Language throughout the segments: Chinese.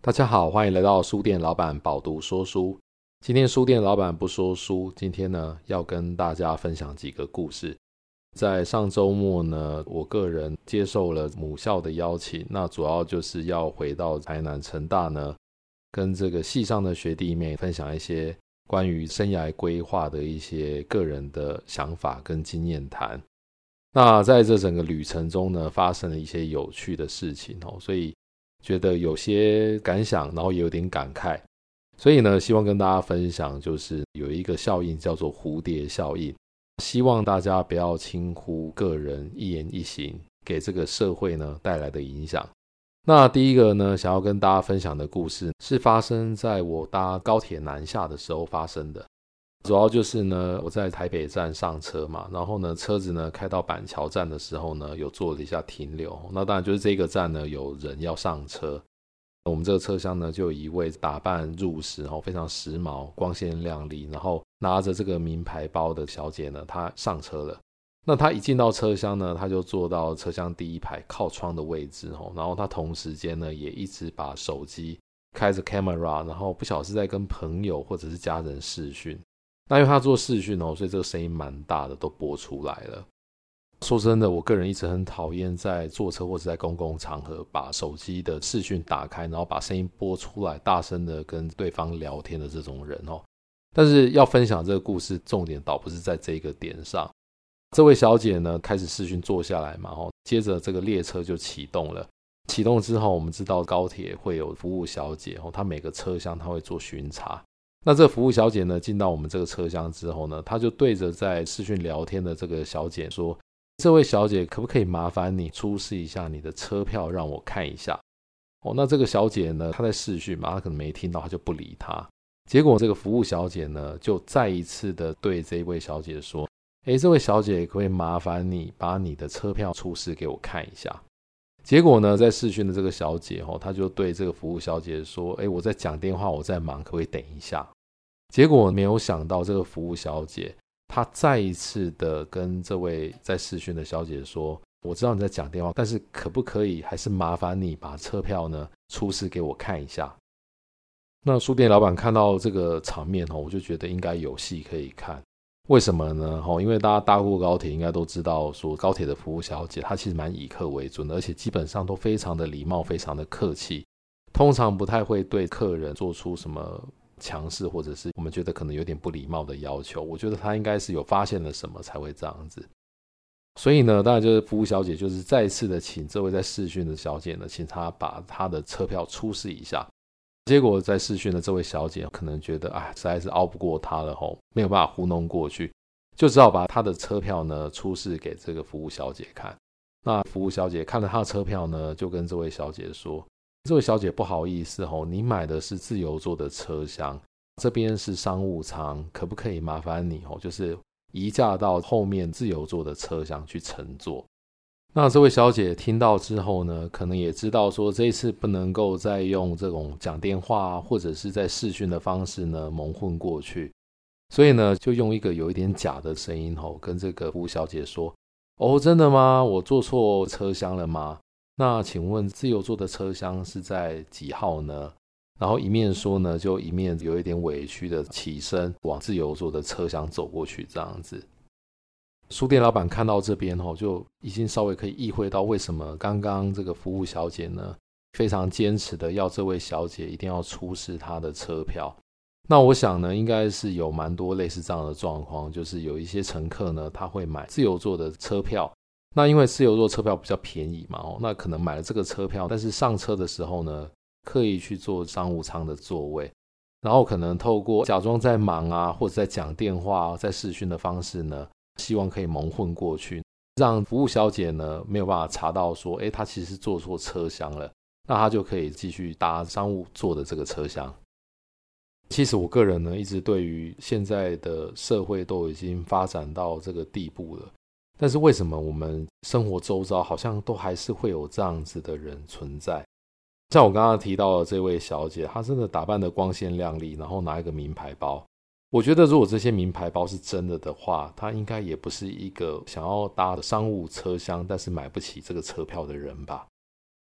大家好，欢迎来到书店老板饱读说书。今天书店老板不说书，今天呢要跟大家分享几个故事。在上周末呢，我个人接受了母校的邀请，那主要就是要回到台南成大呢，跟这个系上的学弟妹分享一些关于生涯规划的一些个人的想法跟经验谈。那在这整个旅程中呢，发生了一些有趣的事情所以觉得有些感想，然后也有点感慨，所以呢希望跟大家分享，就是有一个效应叫做蝴蝶效应，希望大家不要轻忽个人一言一行给这个社会呢带来的影响。那第一个呢，想要跟大家分享的故事是发生在我搭高铁南下的时候发生的。主要就是呢，我在台北站上车嘛，然后呢车子呢开到板桥站的时候呢，有做了一下停留。那当然就是这个站呢有人要上车，我们这个车厢呢就有一位打扮入时非常时髦光鲜亮丽，然后拿着这个名牌包的小姐呢，她上车了。那她一进到车厢呢，她就坐到车厢第一排靠窗的位置，然后她同时间呢也一直把手机开着 camera， 然后不晓得是在跟朋友或者是家人视讯。那因为他做视讯所以这个声音蛮大的，都播出来了。说真的，我个人一直很讨厌在坐车或者在公共场合把手机的视讯打开，然后把声音播出来，大声的跟对方聊天的这种人但是要分享这个故事，重点倒不是在这个点上。这位小姐呢，开始视讯坐下来嘛接着这个列车就启动了。启动之后，我们知道高铁会有服务小姐她每个车厢她会做巡查。那这个服务小姐呢，进到我们这个车厢之后呢，她就对着在视讯聊天的这个小姐说，这位小姐可不可以麻烦你出示一下你的车票让我看一下。那这个小姐呢，她在视讯嘛，她可能没听到，她就不理她。结果这个服务小姐呢，就再一次的对这位小姐说，这位小姐可不可以麻烦你把你的车票出示给我看一下。结果呢，在视讯的这个小姐她就对这个服务小姐说，我在讲电话，我在忙，可不可以等一下。结果没有想到，这个服务小姐她再一次的跟这位在视讯的小姐说，我知道你在讲电话，但是可不可以还是麻烦你把车票呢出示给我看一下。那书店老板看到这个场面我就觉得应该有戏可以看。为什么呢？因为大家搭过高铁应该都知道，说高铁的服务小姐她其实蛮以客为尊的，而且基本上都非常的礼貌，非常的客气，通常不太会对客人做出什么强势或者是我们觉得可能有点不礼貌的要求。我觉得她应该是有发现了什么才会这样子。所以呢，当然就是服务小姐就是再次的请这位在视讯的小姐呢，请她把她的车票出示一下。结果在视讯的这位小姐可能觉得实在是拗不过她了没有办法糊弄过去，就只好把她的车票呢出示给这个服务小姐看。那服务小姐看了她的车票呢，就跟这位小姐说，这位小姐不好意思你买的是自由座的车厢，这边是商务舱，可不可以麻烦你就是移驾到后面自由座的车厢去乘坐。那这位小姐听到之后呢，可能也知道说这一次不能够再用这种讲电话或者是在视讯的方式呢蒙混过去，所以呢就用一个有一点假的声音跟这个服务小姐说，真的吗？我坐错车厢了吗？那请问自由座的车厢是在几号呢？然后一面说呢，就一面有一点委屈的起身往自由座的车厢走过去这样子。书店老板看到这边就已经稍微可以意会到为什么刚刚这个服务小姐呢非常坚持的要这位小姐一定要出示她的车票。那我想呢，应该是有蛮多类似这样的状况，就是有一些乘客呢，他会买自由座的车票。那因为自由座车票比较便宜嘛那可能买了这个车票，但是上车的时候呢，刻意去坐商务舱的座位，然后可能透过假装在忙或者在讲电话在视讯的方式呢，希望可以蒙混过去，让服务小姐呢没有办法查到说她其实是坐错车厢了，那她就可以继续搭商务座的这个车厢。其实我个人呢一直对于现在的社会都已经发展到这个地步了，但是为什么我们生活周遭好像都还是会有这样子的人存在。像我刚刚提到的这位小姐，她真的打扮得光鲜亮丽，然后拿一个名牌包。我觉得如果这些名牌包是真的的话，他应该也不是一个想要搭的商务车厢但是买不起这个车票的人吧。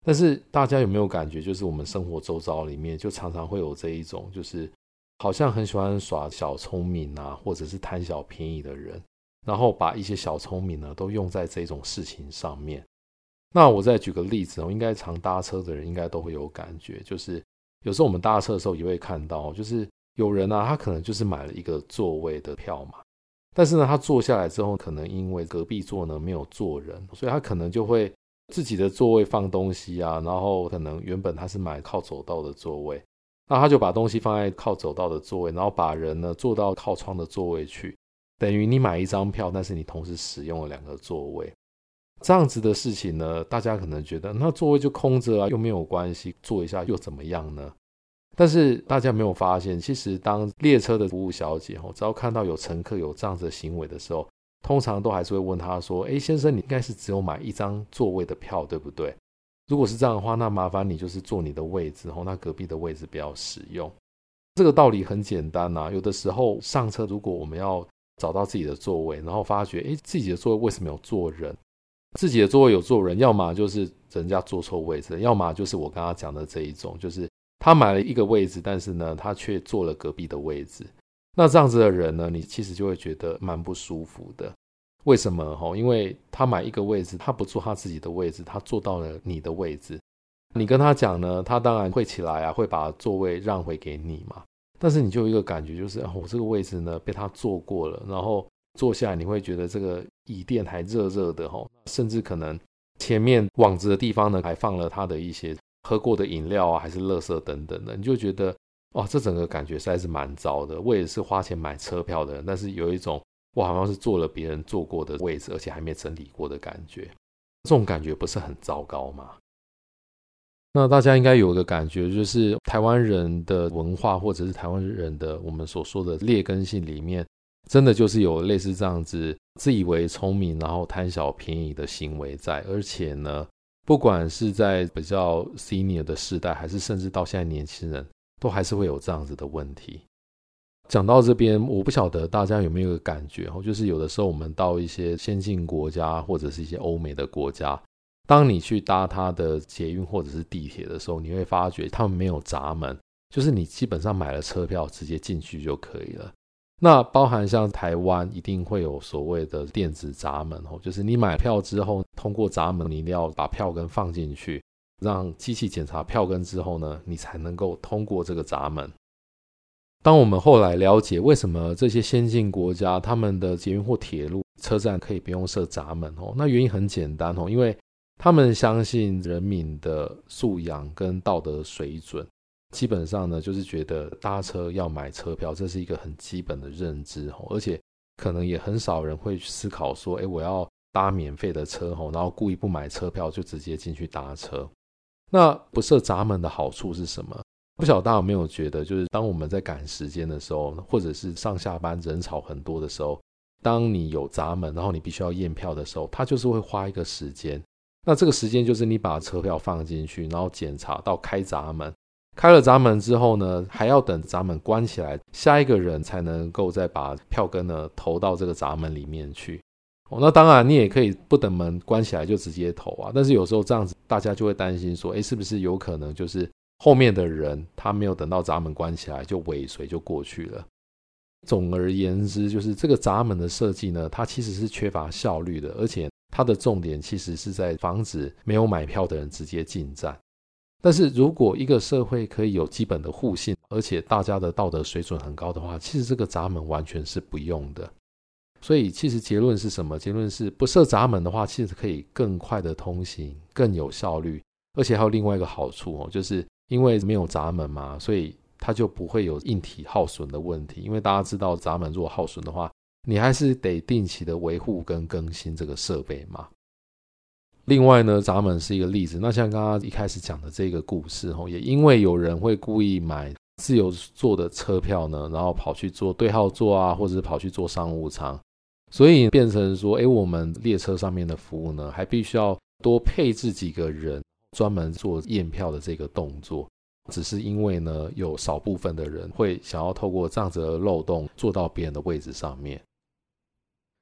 但是大家有没有感觉，就是我们生活周遭里面就常常会有这一种，就是好像很喜欢耍小聪明啊，或者是贪小便宜的人，然后把一些小聪明呢都用在这种事情上面。那我再举个例子，应该常搭车的人应该都会有感觉，就是有时候我们搭车的时候也会看到，就是有人啊，他可能就是买了一个座位的票嘛，但是呢他坐下来之后，可能因为隔壁座呢没有坐人，所以他可能就会自己的座位放东西啊，然后可能原本他是买靠走道的座位，那他就把东西放在靠走道的座位，然后把人呢坐到靠窗的座位去，等于你买一张票，但是你同时使用了2个座位。这样子的事情呢，大家可能觉得那座位就空着啊，又没有关系，坐一下又怎么样呢？但是大家没有发现，其实当列车的服务小姐只要看到有乘客有这样子的行为的时候，通常都还是会问他说，先生，你应该是只有买1张座位的票对不对？如果是这样的话，那麻烦你就是坐你的位置，那隔壁的位置不要使用。这个道理很简单啊，有的时候上车，如果我们要找到自己的座位，然后发觉自己的座位为什么有坐人，自己的座位有坐人，要么就是人家坐错位置，要么就是我刚刚讲的这一种，就是他买了一个位置，但是呢他却坐了隔壁的位置。那这样子的人呢，你其实就会觉得蛮不舒服的。为什么？因为他买一个位置，他不坐他自己的位置，他坐到了你的位置。你跟他讲呢，他当然会起来啊，会把座位让回给你嘛。但是你就有一个感觉，就是我这个位置呢被他坐过了，然后坐下来你会觉得这个椅垫还热热的，甚至可能前面网子的地方呢还放了他的一些喝过的饮料啊，还是垃圾等等的，你就觉得这整个感觉实在是蛮糟的。我也是花钱买车票的人，但是有一种我好像是坐了别人坐过的位置，而且还没整理过的感觉。这种感觉不是很糟糕吗？那大家应该有个感觉，就是台湾人的文化，或者是台湾人的我们所说的劣根性里面，真的就是有类似这样子自以为聪明然后贪小便宜的行为在。而且呢，不管是在比较 senior 的世代，还是甚至到现在年轻人，都还是会有这样子的问题。讲到这边，我不晓得大家有没有一个感觉，就是有的时候我们到一些先进国家，或者是一些欧美的国家，当你去搭它的捷运或者是地铁的时候，你会发觉他们没有闸门，就是你基本上买了车票直接进去就可以了。那包含像台湾一定会有所谓的电子闸门，就是你买票之后通过闸门，你一定要把票根放进去，让机器检查票根之后呢，你才能够通过这个闸门。当我们后来了解为什么这些先进国家他们的捷运或铁路车站可以不用设闸门，那原因很简单，因为他们相信人民的素养跟道德水准，基本上呢就是觉得搭车要买车票，这是一个很基本的认知，而且可能也很少人会思考说我要搭免费的车，然后故意不买车票就直接进去搭车。那不设闸门的好处是什么？不晓得大家有没有觉得，就是当我们在赶时间的时候，或者是上下班人潮很多的时候，当你有闸门，然后你必须要验票的时候，它就是会花一个时间。那这个时间就是你把车票放进去，然后检查到开闸门，开了闸门之后呢，还要等闸门关起来，下一个人才能够再把票根呢投到这个闸门里面去。那当然你也可以不等门关起来就直接投啊，但是有时候这样子大家就会担心说是不是有可能就是后面的人他没有等到闸门关起来就尾随就过去了。总而言之，就是这个闸门的设计呢，它其实是缺乏效率的，而且它的重点其实是在防止没有买票的人直接进站。但是如果一个社会可以有基本的互信，而且大家的道德水准很高的话，其实这个闸门完全是不用的。所以其实结论是什么？结论是不设闸门的话，其实可以更快的通行，更有效率，而且还有另外一个好处，就是因为没有闸门嘛，所以它就不会有硬体耗损的问题。因为大家知道闸门如果耗损的话，你还是得定期的维护跟更新这个设备嘛。另外呢，闸门是一个例子。那像刚刚一开始讲的这个故事，也因为有人会故意买自由座的车票呢，然后跑去坐对号座啊，或者是跑去坐商务舱，所以变成说我们列车上面的服务呢，还必须要多配置几个人专门做验票的这个动作。只是因为呢，有少部分的人会想要透过这样子的漏洞坐到别人的位置上面。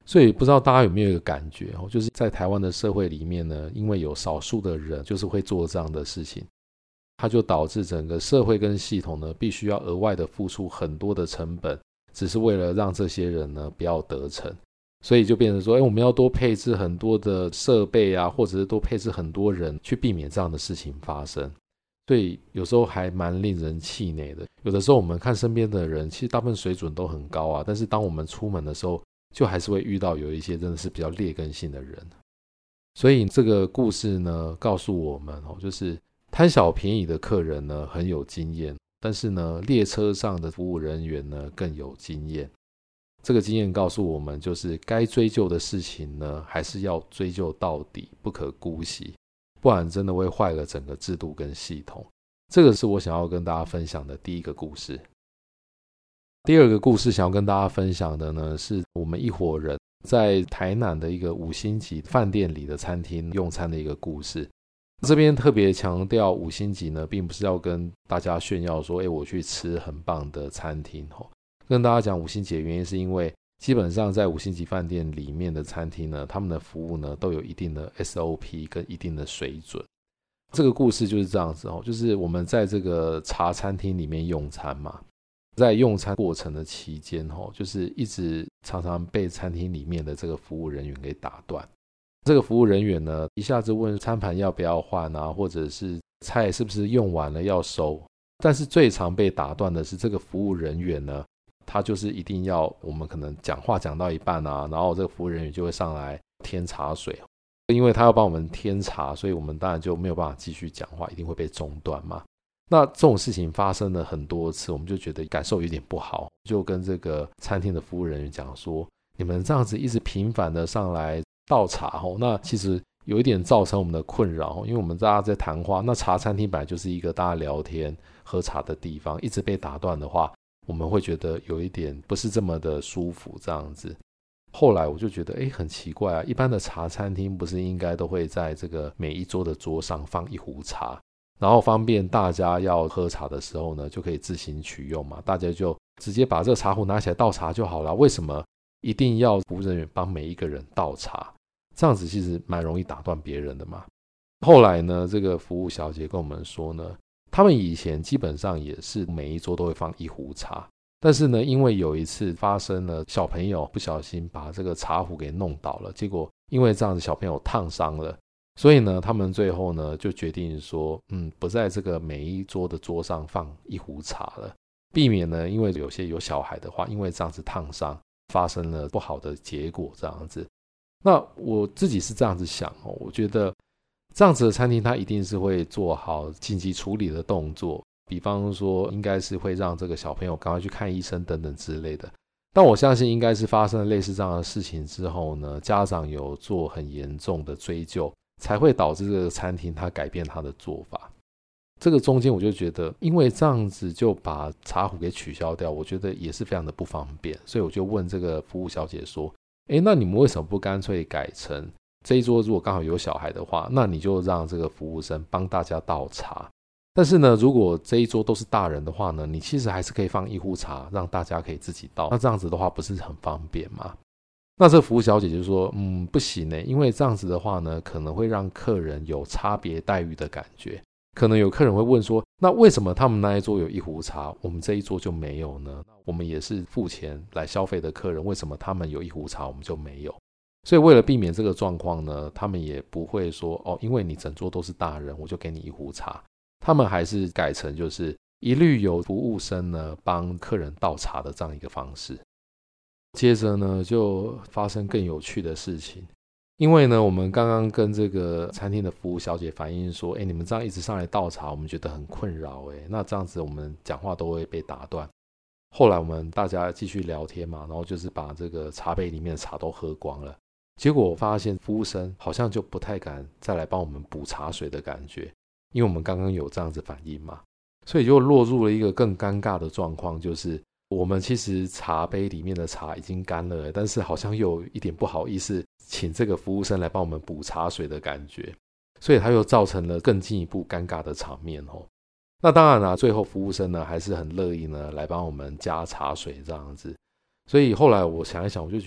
所以不知道大家有没有一个感觉，就是在台湾的社会里面呢，因为有少数的人就是会做这样的事情，它就导致整个社会跟系统呢必须要额外的付出很多的成本，只是为了让这些人呢不要得逞。所以就变成说我们要多配置很多的设备啊，或者是多配置很多人去避免这样的事情发生。所以有时候还蛮令人气馁的。有的时候我们看身边的人，其实大部分水准都很高啊，但是当我们出门的时候，就还是会遇到有一些真的是比较劣根性的人。所以这个故事呢告诉我们，就是贪小便宜的客人呢很有经验，但是呢列车上的服务人员呢更有经验。这个经验告诉我们，就是该追究的事情呢还是要追究到底，不可姑息，不然真的会坏了整个制度跟系统。这个是我想要跟大家分享的第一个故事。第二个故事想要跟大家分享的呢，是我们一伙人在台南的一个5星级饭店里的餐厅用餐的一个故事。这边特别强调5星级呢，并不是要跟大家炫耀说我去吃很棒的餐厅。跟大家讲5星级的原因是因为基本上在5星级饭店里面的餐厅呢，他们的服务呢都有一定的 SOP 跟一定的水准。这个故事就是这样子，就是我们在这个茶餐厅里面用餐嘛，在用餐过程的期间，就是一直常常被餐厅里面的这个服务人员给打断。这个服务人员呢，一下子问餐盘要不要换啊，或者是菜是不是用完了要收。但是最常被打断的是这个服务人员呢，他就是一定要我们可能讲话讲到一半啊，然后这个服务人员就会上来添茶水。因为他要帮我们添茶，所以我们当然就没有办法继续讲话，一定会被中断嘛。那这种事情发生了很多次，我们就觉得感受有点不好，就跟这个餐厅的服务人员讲说，你们这样子一直频繁的上来倒茶，那其实有一点造成我们的困扰，因为我们大家在谈话，那茶餐厅本来就是一个大家聊天喝茶的地方，一直被打断的话，我们会觉得有一点不是这么的舒服这样子。后来我就觉得很奇怪啊，一般的茶餐厅不是应该都会在这个每一桌的桌上放一壶茶，然后方便大家要喝茶的时候呢就可以自行取用嘛，大家就直接把这个茶壶拿起来倒茶就好了，为什么一定要服务人员帮每一个人倒茶？这样子其实蛮容易打断别人的嘛。后来呢，这个服务小姐跟我们说呢，他们以前基本上也是每一桌都会放一壶茶，但是呢，因为有一次发生了小朋友不小心把这个茶壶给弄倒了，结果因为这样子小朋友烫伤了，所以呢他们最后呢就决定说不在这个每一桌的桌上放一壶茶了，避免呢因为有些有小孩的话因为这样子烫伤发生了不好的结果这样子。那我自己是这样子想，我觉得这样子的餐厅它一定是会做好紧急处理的动作，比方说应该是会让这个小朋友赶快去看医生等等之类的。但我相信应该是发生了类似这样的事情之后呢，家长有做很严重的追究，才会导致这个餐厅它改变它的做法。这个中间我就觉得因为这样子就把茶壶给取消掉，我觉得也是非常的不方便，所以我就问这个服务小姐说那你们为什么不干脆改成这一桌如果刚好有小孩的话，那你就让这个服务生帮大家倒茶，但是呢如果这一桌都是大人的话呢，你其实还是可以放一壶茶让大家可以自己倒，那这样子的话不是很方便吗？那这个服务小姐就说不行因为这样子的话呢可能会让客人有差别待遇的感觉，可能有客人会问说，那为什么他们那一桌有一壶茶，我们这一桌就没有呢？我们也是付钱来消费的客人，为什么他们有一壶茶我们就没有？所以为了避免这个状况呢，他们也不会说因为你整桌都是大人我就给你一壶茶，他们还是改成就是一律由服务生呢帮客人倒茶的这样一个方式。接着呢就发生更有趣的事情，因为呢我们刚刚跟这个餐厅的服务小姐反映说你们这样一直上来倒茶我们觉得很困扰那这样子我们讲话都会被打断。后来我们大家继续聊天嘛，然后就是把这个茶杯里面的茶都喝光了，结果我发现服务生好像就不太敢再来帮我们补茶水的感觉，因为我们刚刚有这样子反应嘛，所以就落入了一个更尴尬的状况，就是我们其实茶杯里面的茶已经干了，但是好像又有一点不好意思请这个服务生来帮我们补茶水的感觉，所以它又造成了更进一步尴尬的场面那当然啦，最后服务生呢还是很乐意呢来帮我们加茶水这样子。所以后来我想一想，我就觉得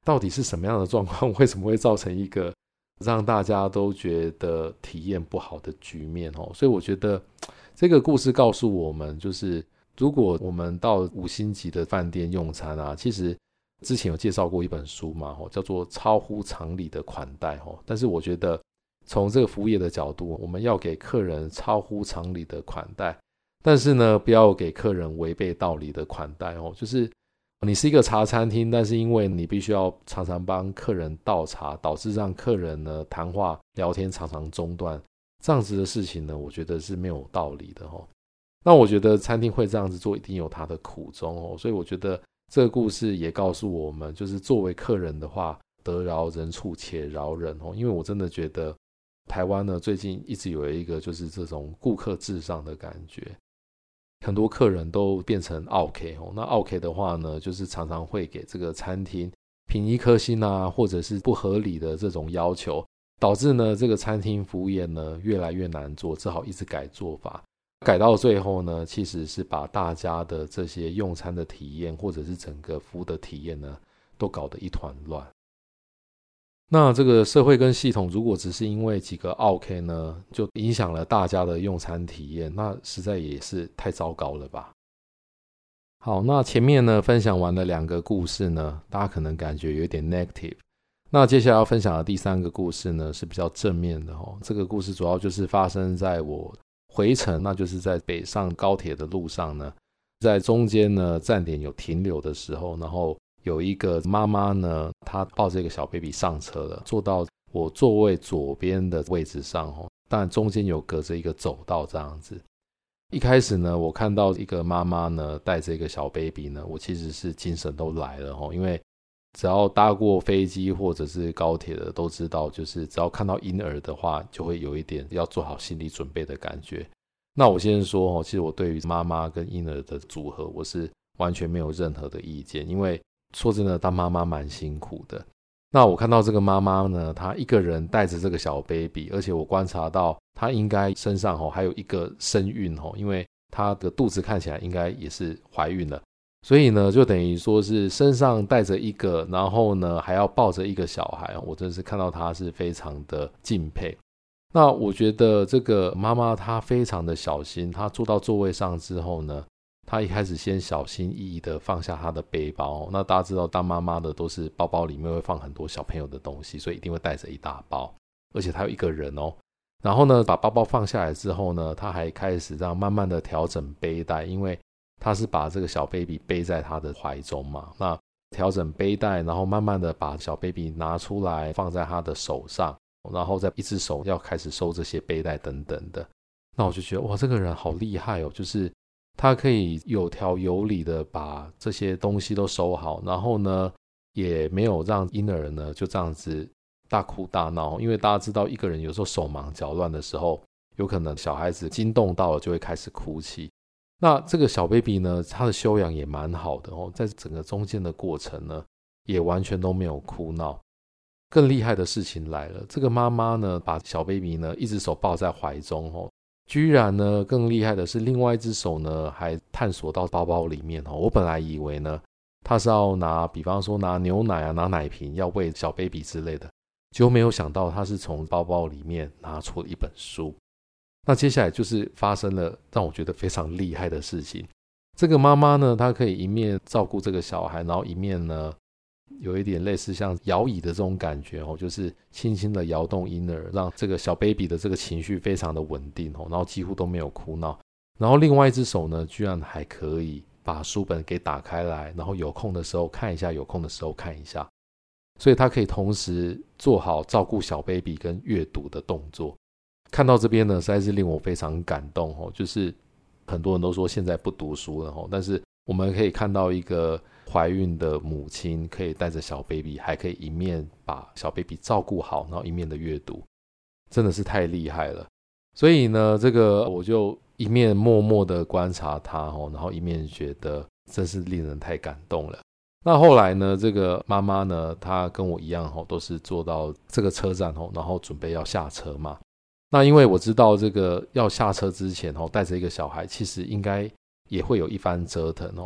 到底是什么样的状况，为什么会造成一个让大家都觉得体验不好的局面。所以我觉得这个故事告诉我们，就是如果我们到5星级的饭店用餐啊，其实之前有介绍过一本书嘛，叫做超乎常理的款待。但是我觉得从这个服务业的角度，我们要给客人超乎常理的款待，但是呢不要给客人违背道理的款待。就是你是一个茶餐厅，但是因为你必须要常常帮客人倒茶，导致让客人呢谈话聊天常常中断，这样子的事情呢，我觉得是没有道理的。那我觉得餐厅会这样子做一定有它的苦衷。所以我觉得这个故事也告诉我们，就是作为客人的话，得饶人处且饶人。因为我真的觉得台湾呢最近一直有一个就是这种顾客至上的感觉，很多客人都变成奥 K。 那奥 K 的话呢，就是常常会给这个餐厅评1颗星啊，或者是不合理的这种要求，导致呢这个餐厅服务业呢越来越难做，只好一直改做法，改到最后呢，其实是把大家的这些用餐的体验或者是整个服务的体验呢都搞得一团乱。那这个社会跟系统如果只是因为几个奥 K 呢就影响了大家的用餐体验，那实在也是太糟糕了吧。好，那前面呢分享完了2个故事呢，大家可能感觉有点 negative。 那接下来要分享的第3个故事呢是比较正面的。这个故事主要就是发生在我回程，那就是在北上高铁的路上呢，在中间呢站点有停留的时候，然后有一个妈妈呢，她抱着一个小 baby 上车了，坐到我座位左边的位置上，但中间有隔着一个走道这样子。一开始呢，我看到一个妈妈呢带着一个小 baby 呢，我其实是精神都来了。因为只要搭过飞机或者是高铁的都知道，就是只要看到婴儿的话，就会有一点要做好心理准备的感觉。那我先说，其实我对于妈妈跟婴儿的组合，我是完全没有任何的意见，因为说真的当妈妈蛮辛苦的。那我看到这个妈妈呢，她一个人带着这个小 baby， 而且我观察到她应该身上还有一个身孕，因为她的肚子看起来应该也是怀孕了，所以呢就等于说是身上带着一个，然后呢还要抱着一个小孩。我真是看到她是非常的敬佩。那我觉得这个妈妈她非常的小心，她坐到座位上之后呢，她一开始先小心翼翼的放下她的背包。那大家知道当妈妈的都是包包里面会放很多小朋友的东西，所以一定会带着一大包，而且她有一个人。然后呢把包包放下来之后呢，她还开始这样慢慢的调整背带，因为她是把这个小 baby 背在她的怀中嘛。那调整背带，然后慢慢的把小 baby 拿出来放在她的手上，然后再一只手要开始收这些背带等等的。那我就觉得哇，这个人好厉害就是他可以有条有理的把这些东西都收好，然后呢也没有让婴儿呢就这样子大哭大闹。因为大家知道一个人有时候手忙脚乱的时候，有可能小孩子惊动到了就会开始哭泣。那这个小 baby 呢，他的修养也蛮好的在整个中间的过程呢也完全都没有哭闹。更厉害的事情来了，这个妈妈呢把小 baby 呢一只手抱在怀中居然呢更厉害的是另外一只手呢还探索到包包里面我本来以为呢她是要拿，比方说拿牛奶啊拿奶瓶要喂小 baby 之类的，结果没有想到她是从包包里面拿出了一本书。那接下来就是发生了让我觉得非常厉害的事情。这个妈妈呢她可以一面照顾这个小孩，然后一面呢有一点类似像摇椅的这种感觉就是轻轻的摇动婴儿，让这个小 baby 的这个情绪非常的稳定然后几乎都没有哭闹。然后另外一只手呢居然还可以把书本给打开来，然后有空的时候看一下，有空的时候看一下，所以他可以同时做好照顾小 baby 跟阅读的动作。看到这边呢实在是令我非常感动就是很多人都说现在不读书了但是我们可以看到一个怀孕的母亲可以带着小 baby， 还可以一面把小 baby 照顾好，然后一面的阅读，真的是太厉害了。所以呢这个我就一面默默的观察他然后一面觉得真是令人太感动了。那后来呢这个妈妈呢她跟我一样都是坐到这个车站然后准备要下车嘛。那因为我知道这个要下车之前带着一个小孩其实应该也会有一番折腾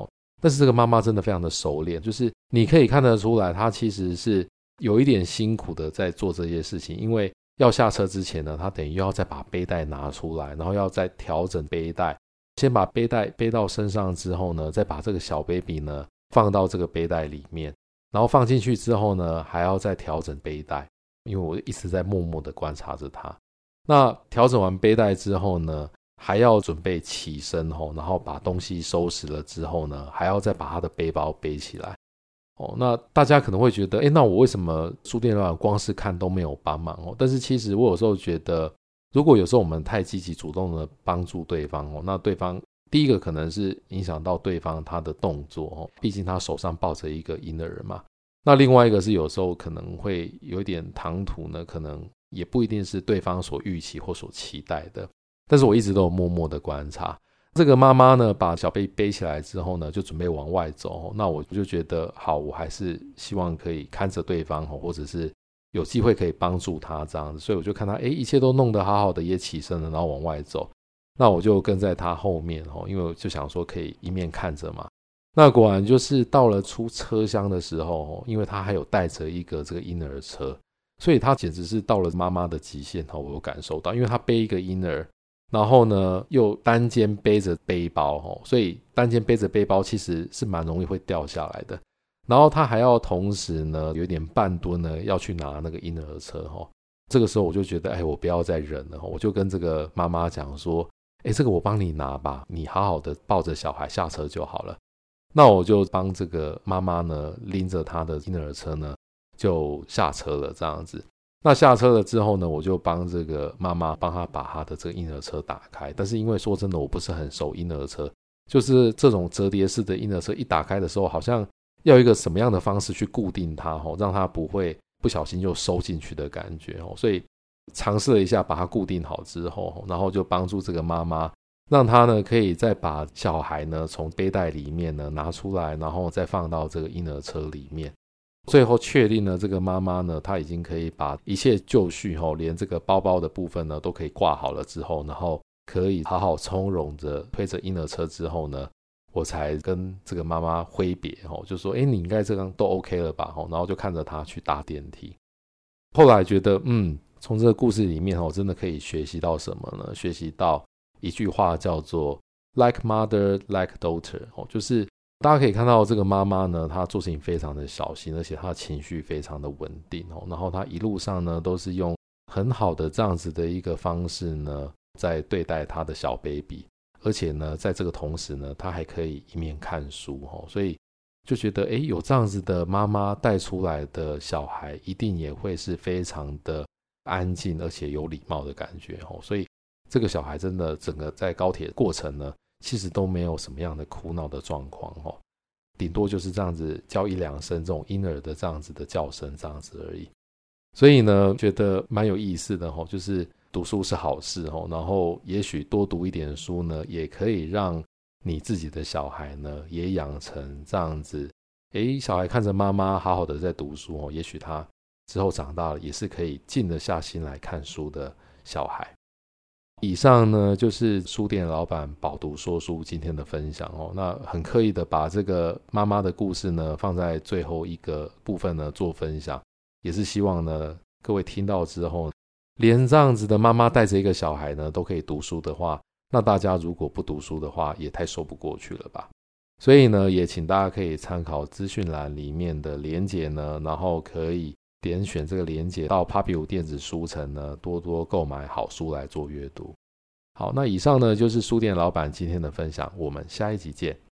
但是这个妈妈真的非常的熟练，就是你可以看得出来她其实是有一点辛苦的在做这些事情，因为要下车之前呢，她等于又要再把背带拿出来，然后要再调整背带，先把背带背到身上之后呢，再把这个小 baby 呢放到这个背带里面，然后放进去之后呢，还要再调整背带，因为我一直在默默的观察着她。那调整完背带之后呢，还要准备起身，然后把东西收拾了之后呢，还要再把她的背包背起来。那大家可能会觉得，那我为什么书店老板光是看都没有帮忙？但是其实我有时候觉得，如果有时候我们太积极主动的帮助对方，那对方第一个可能是影响到对方他的动作，毕竟他手上抱着一个婴儿嘛。那另外一个是有时候可能会有一点唐突呢，可能也不一定是对方所预期或所期待的。但是我一直都有默默的观察。这个妈妈呢，把小贝背起来之后呢，就准备往外走。那我就觉得好，我还是希望可以看着对方，或者是有机会可以帮助他这样子。所以我就看他，一切都弄得好好的，也起身了，然后往外走。那我就跟在他后面，因为我就想说可以一面看着嘛。那果然就是到了出车厢的时候，因为他还有带着一个这个婴儿车，所以他简直是到了妈妈的极限，我有感受到，因为他背一个婴儿，然后呢又单肩背着背包，所以单肩背着背包其实是蛮容易会掉下来的。然后他还要同时呢有点半蹲呢要去拿那个婴儿车。这个时候我就觉得我不要再忍了，我就跟这个妈妈讲说，这个我帮你拿吧，你好好的抱着小孩下车就好了。那我就帮这个妈妈呢拎着她的婴儿车呢就下车了这样子。那下车了之后呢，我就帮这个妈妈帮她把她的这个婴儿车打开。但是因为说真的我不是很熟婴儿车，就是这种折叠式的婴儿车一打开的时候，好像要一个什么样的方式去固定它，让它不会不小心就收进去的感觉。所以尝试了一下把它固定好之后，然后就帮助这个妈妈，让她呢可以再把小孩呢从背带里面呢拿出来，然后再放到这个婴儿车里面。最后确定了这个妈妈呢，她已经可以把一切就绪，连这个包包的部分呢都可以挂好了之后，然后可以好好从容着推着婴儿车之后呢，我才跟这个妈妈挥别，就说你应该这样都 OK 了吧，然后就看着她去搭电梯。后来觉得从这个故事里面真的可以学习到什么呢？学习到一句话叫做 like mother like daughter， 就是大家可以看到这个妈妈呢，她做事情非常的小心，而且她的情绪非常的稳定，然后她一路上呢都是用很好的这样子的一个方式呢在对待她的小 baby， 而且呢在这个同时呢她还可以一面看书，所以就觉得有这样子的妈妈带出来的小孩一定也会是非常的安静而且有礼貌的感觉，所以这个小孩真的整个在高铁过程呢其实都没有什么样的哭闹的状况，顶多就是这样子叫一两声这种婴儿的这样子的叫声这样子而已。所以呢觉得蛮有意思的，就是读书是好事，然后也许多读一点书呢也可以让你自己的小孩呢也养成这样子，小孩看着妈妈好好的在读书，也许他之后长大了也是可以静得下心来看书的小孩。以上呢就是书店老板饱读说书今天的分享，那很刻意的把这个妈妈的故事呢放在最后一个部分呢做分享，也是希望呢各位听到之后，连这样子的妈妈带着一个小孩呢都可以读书的话，那大家如果不读书的话也太说不过去了吧。所以呢也请大家可以参考资讯栏里面的连结呢，然后可以点选这个连结到 Puppy5 电子书城呢多多购买好书来做阅读。好，那以上呢就是书店老板今天的分享，我们下一集见。